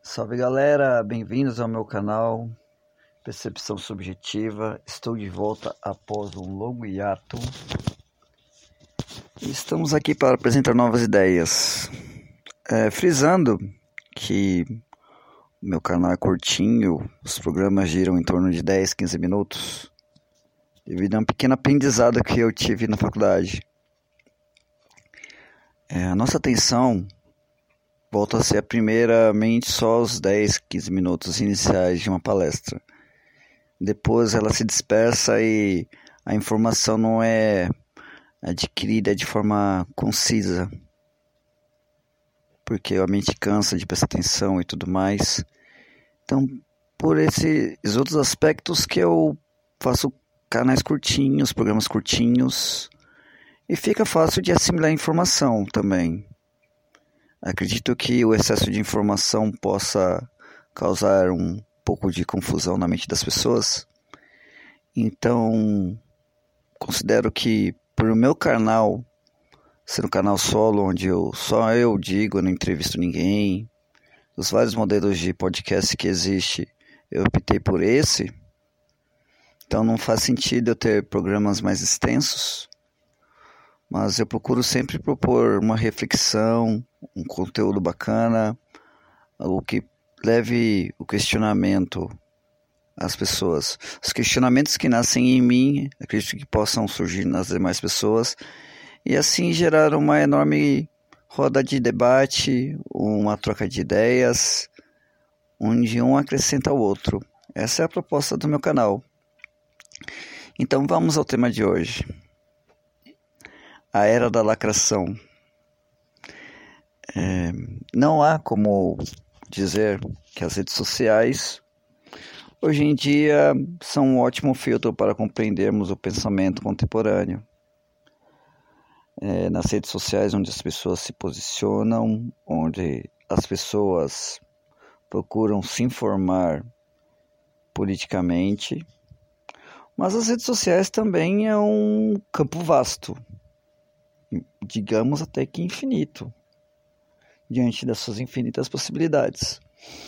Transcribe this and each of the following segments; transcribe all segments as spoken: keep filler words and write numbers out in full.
Salve galera, bem-vindos ao meu canal Percepção Subjetiva. Estou de volta após um longo hiato e estamos aqui para apresentar novas ideias. É, frisando que o meu canal é curtinho, os programas giram em torno de dez, quinze minutos, devido a um pequeno aprendizado que eu tive na faculdade. É, a nossa atenção volta a ser primeiramente só os dez, quinze minutos iniciais de uma palestra. Depois ela se dispersa e a informação não é adquirida de forma concisa, porque a mente cansa de prestar atenção e tudo mais. Então, por esses outros aspectos que eu faço canais curtinhos, programas curtinhos, e fica fácil de assimilar informação também. Acredito que o excesso de informação possa causar um pouco de confusão na mente das pessoas. Então, considero que por meu canal ser um canal solo, onde eu, só eu digo, eu não entrevisto ninguém, dos vários modelos de podcast que existe, eu optei por esse. Então não faz sentido eu ter programas mais extensos, mas eu procuro sempre propor uma reflexão, um conteúdo bacana, algo que leve o questionamento às pessoas. Os questionamentos que nascem em mim, acredito que possam surgir nas demais pessoas, e assim gerar uma enorme roda de debate, uma troca de ideias, onde um acrescenta ao outro. Essa é a proposta do meu canal. Então vamos ao tema de hoje. A era da lacração. É, não há como dizer que as redes sociais hoje em dia são um ótimo filtro para compreendermos o pensamento contemporâneo. É, nas redes sociais onde as pessoas se posicionam, onde as pessoas procuram se informar politicamente, mas as redes sociais também é um campo vasto, digamos até que infinito, diante das suas infinitas possibilidades.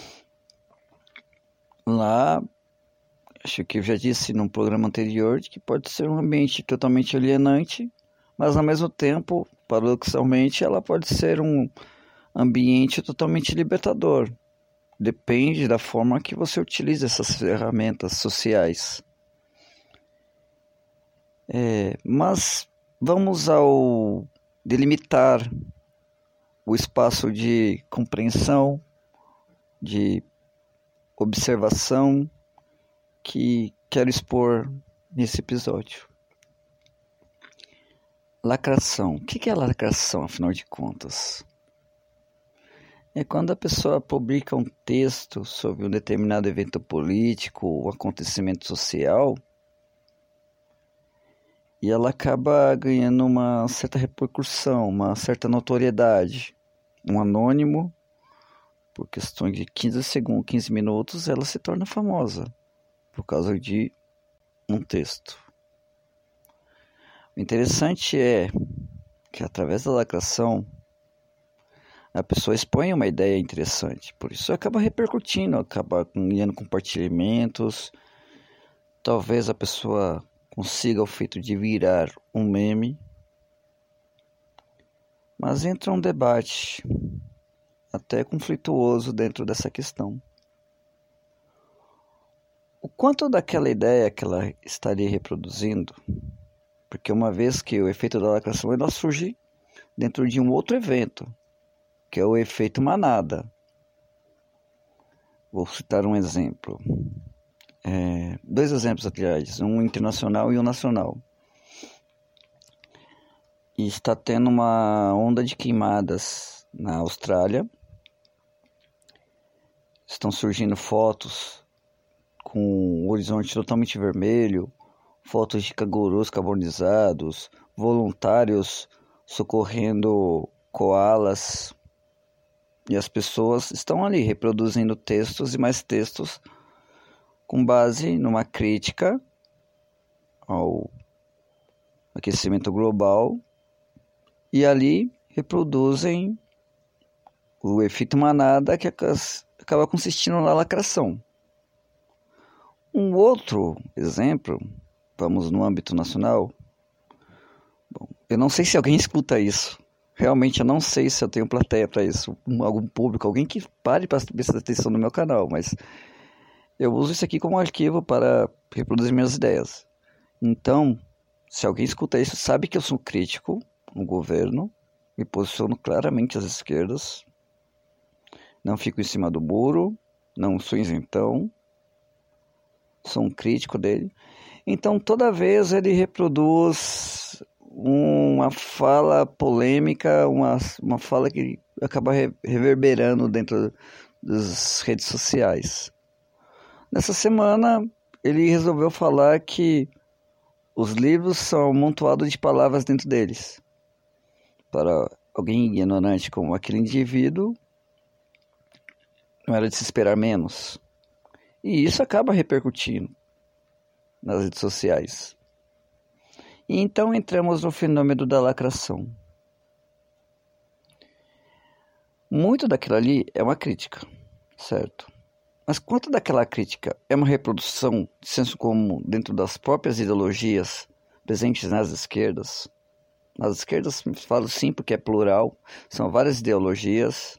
Lá, acho que eu já disse num programa anterior, que pode ser um ambiente totalmente alienante, mas ao mesmo tempo, paradoxalmente, ela pode ser um ambiente totalmente libertador. Depende da forma que você utiliza essas ferramentas sociais. É, mas vamos ao delimitar o espaço de compreensão, de observação que quero expor nesse episódio. Lacração. O que é lacração, afinal de contas? É quando a pessoa publica um texto sobre um determinado evento político ou acontecimento social e ela acaba ganhando uma certa repercussão, uma certa notoriedade. Um anônimo, por questão de quinze segundos, quinze minutos, ela se torna famosa por causa de um texto. O interessante é que através da lacração a pessoa expõe uma ideia interessante, por isso acaba repercutindo, acaba ganhando compartilhamentos. Talvez a pessoa consiga o feito de virar um meme, mas entra um debate até conflituoso dentro dessa questão. O quanto daquela ideia que ela estaria reproduzindo, porque uma vez que o efeito da lacração ela surge dentro de um outro evento, que é o efeito manada. Vou citar um exemplo. É, dois exemplos, aliás, um internacional e um nacional. E está tendo uma onda de queimadas na Austrália. Estão surgindo fotos com o horizonte totalmente vermelho, fotos de cangurus carbonizados, voluntários socorrendo koalas. E as pessoas estão ali reproduzindo textos e mais textos com base numa crítica ao aquecimento global. E ali reproduzem o efeito manada que acaba consistindo na lacração. Um outro exemplo, vamos no âmbito nacional. Bom, eu não sei se alguém escuta isso. Realmente eu não sei se eu tenho plateia para isso. Algum público, alguém que pare para prestar atenção no meu canal. Mas eu uso isso aqui como arquivo para reproduzir minhas ideias. Então, se alguém escuta isso, sabe que eu sou crítico no governo. Me posiciono claramente às esquerdas. Não fico em cima do muro. Não sou isentão. Sou um crítico dele. Então, toda vez ele reproduz uma fala polêmica, uma, uma fala que acaba re, reverberando dentro das redes sociais. Nessa semana, ele resolveu falar que os livros são amontoados de palavras dentro deles. Para alguém ignorante como aquele indivíduo, não era de se esperar menos. E isso acaba repercutindo nas redes sociais. E então entramos no fenômeno da lacração. Muito daquilo ali é uma crítica, certo? Mas quanto daquela crítica é uma reprodução de senso comum dentro das próprias ideologias presentes nas esquerdas? Nas esquerdas, falo sim porque é plural, são várias ideologias.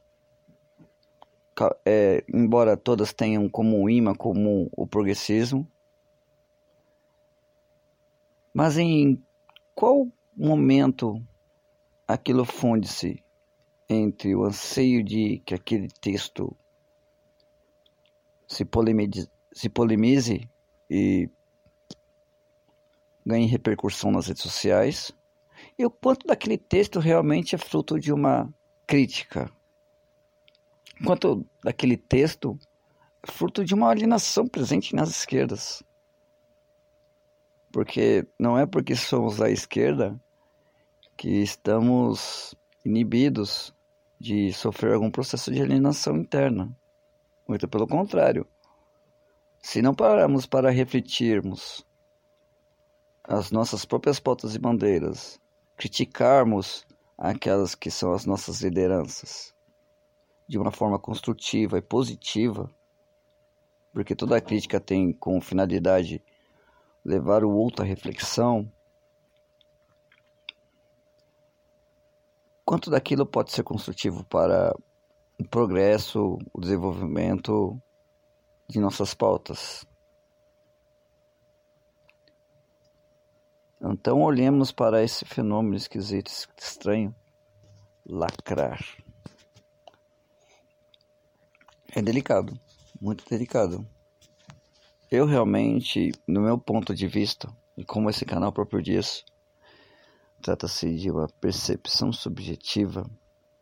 É, embora todas tenham como imã comum o progressismo, mas em qual momento aquilo funde-se entre o anseio de que aquele texto se polemize, se polemize e ganhe repercussão nas redes sociais, e o quanto daquele texto realmente é fruto de uma crítica? Enquanto daquele texto é fruto de uma alienação presente nas esquerdas. Porque não é porque somos da esquerda que estamos inibidos de sofrer algum processo de alienação interna. Muito pelo contrário. Se não pararmos para refletirmos as nossas próprias pautas e bandeiras, criticarmos aquelas que são as nossas lideranças, de uma forma construtiva e positiva, porque toda crítica tem como finalidade levar o outro à reflexão, quanto daquilo pode ser construtivo para o progresso, o desenvolvimento de nossas pautas? Então olhemos para esse fenômeno esquisito, estranho, lacrar. É delicado, muito delicado. Eu realmente, no meu ponto de vista, e como esse canal próprio diz, trata-se de uma percepção subjetiva,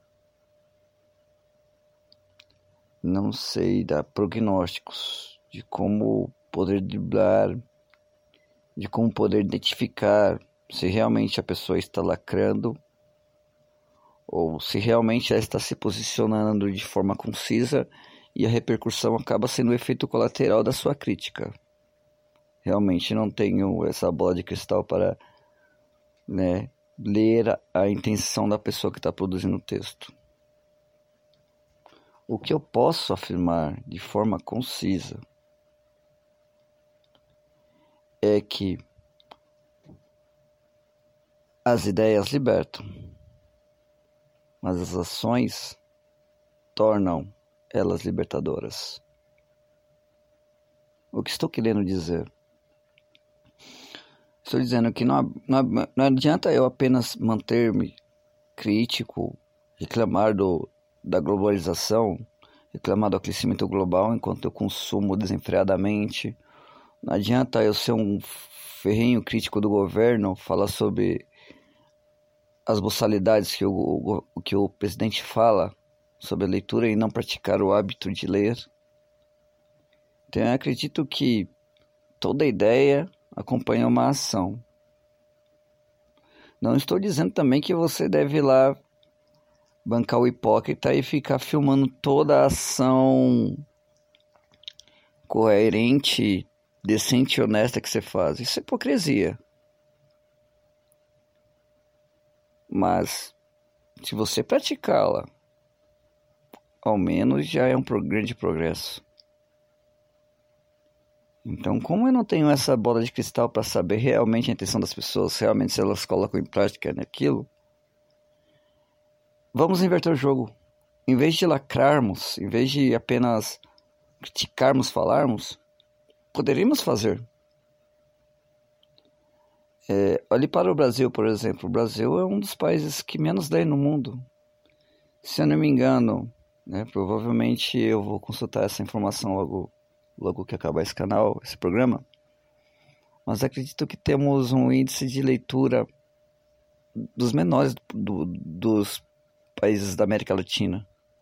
não sei dar prognósticos de como poder driblar, de como poder identificar se realmente a pessoa está lacrando ou se realmente ela está se posicionando de forma concisa e a repercussão acaba sendo o efeito colateral da sua crítica. Realmente não tenho essa bola de cristal para, né, ler a, a intenção da pessoa que está produzindo o texto. O que eu posso afirmar de forma concisa é que as ideias libertam, mas as ações tornam elas libertadoras. O que estou querendo dizer? Estou dizendo que não, não, não adianta eu apenas manter-me crítico, reclamar do, da globalização, reclamar do aquecimento global enquanto eu consumo desenfreadamente. Não adianta eu ser um ferrenho crítico do governo, falar sobre as boçalidades que o, o, que o presidente fala sobre a leitura e não praticar o hábito de ler. Então eu acredito que toda ideia acompanha uma ação. Não estou dizendo também que você deve ir lá bancar o hipócrita e ficar filmando toda a ação coerente, decente e honesta que você faz. Isso é hipocrisia. Mas se você praticá-la ao menos já é um grande progresso. Então, como eu não tenho essa bola de cristal para saber realmente a intenção das pessoas, realmente se elas colocam em prática naquilo, vamos inverter o jogo. Em vez de lacrarmos, em vez de apenas criticarmos, falarmos, poderíamos fazer. É, olhe para o Brasil, por exemplo. O Brasil é um dos países que menos dá no mundo. Se eu não me engano, né, provavelmente eu vou consultar essa informação logo, logo que acabar esse canal, esse programa. Mas acredito que temos um índice de leitura dos menores do, dos países da América Latina.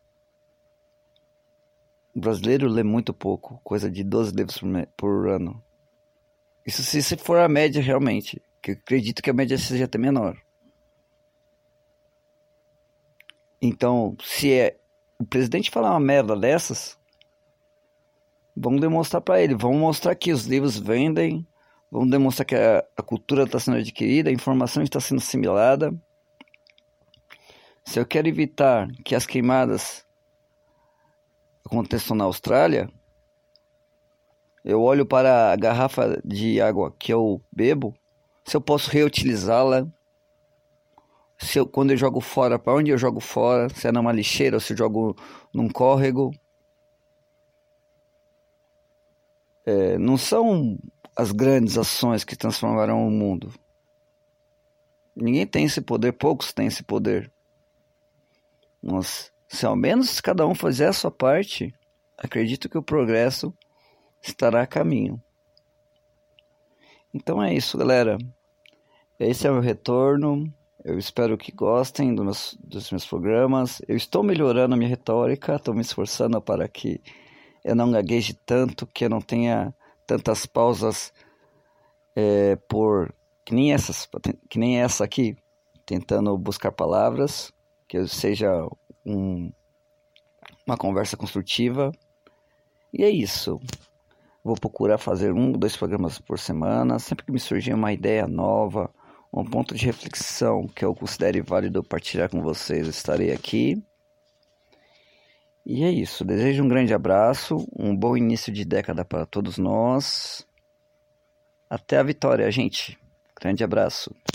O brasileiro lê muito pouco, coisa de doze livros por, por ano. Isso se, se for a média realmente, que eu acredito que a média seja até menor. Então, se é o presidente falar uma merda dessas, vamos demonstrar para ele, vamos mostrar que os livros vendem, vamos demonstrar que a, a cultura está sendo adquirida, a informação está sendo assimilada. Se eu quero evitar que as queimadas aconteçam na Austrália, eu olho para a garrafa de água que eu bebo, se eu posso reutilizá-la, se eu, quando eu jogo fora, para onde eu jogo fora, se é numa lixeira ou se eu jogo num córrego. É, não são as grandes ações que transformarão o mundo. Ninguém tem esse poder, poucos têm esse poder. Mas se ao menos cada um fizer a sua parte, acredito que o progresso estará a caminho. Então é isso, galera. Esse é o meu retorno. Eu espero que gostem do meus, dos meus programas. Eu estou melhorando a minha retórica, estou me esforçando para que eu não gagueje tanto, que eu não tenha tantas pausas é, por que nem essas, que nem essa aqui, tentando buscar palavras, que seja um, uma conversa construtiva. E é isso. Vou procurar fazer um, dois programas por semana, sempre que me surgir uma ideia nova, um ponto de reflexão que eu considere válido partilhar com vocês, estarei aqui. E é isso, desejo um grande abraço, um bom início de década para todos nós. Até a vitória, gente. Grande abraço.